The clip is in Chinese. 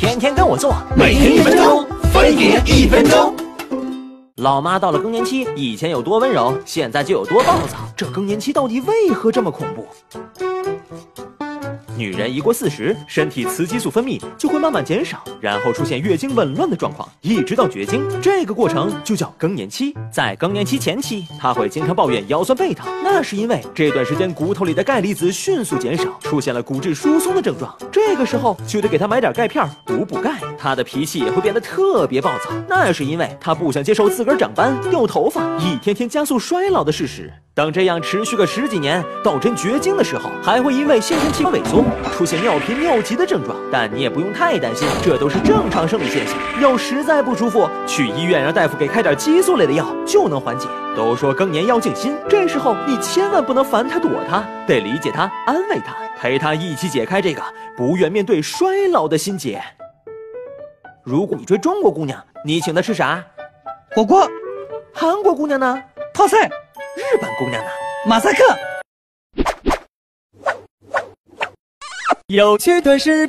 天天跟我做， 每天1分钟，分别1分钟。 老妈到了更年期，以前有多温柔，现在就有多暴躁。这更年期到底为何这么恐怖？女人一过40，身体雌激素分泌就会慢慢减少，然后出现月经紊乱的状况，一直到绝经。这个过程就叫更年期。在更年期前期，她会经常抱怨腰酸背疼，那是因为这段时间骨头里的钙离子迅速减少，出现了骨质疏松的症状。这个时候就得给她买点钙片补钙。她的脾气也会变得特别暴躁，那是因为她不想接受自个儿长斑、掉头发，一天天加速衰老的事实。等这样持续个10几年，到真绝经的时候，还会因为新陈器官萎缩出现尿频尿急的症状。但你也不用太担心，这都是正常生理现象。要实在不舒服，去医院让大夫给开点激素类的药就能缓解。都说更年要静心，这时候你千万不能烦他躲他，得理解他，安慰他，陪他一起解开这个不愿面对衰老的心结。如果你追中国姑娘，你请她吃啥？ 火锅。 韩国姑娘呢？ 泡菜。 日本姑娘呢？ 马赛克。 有趣的视频。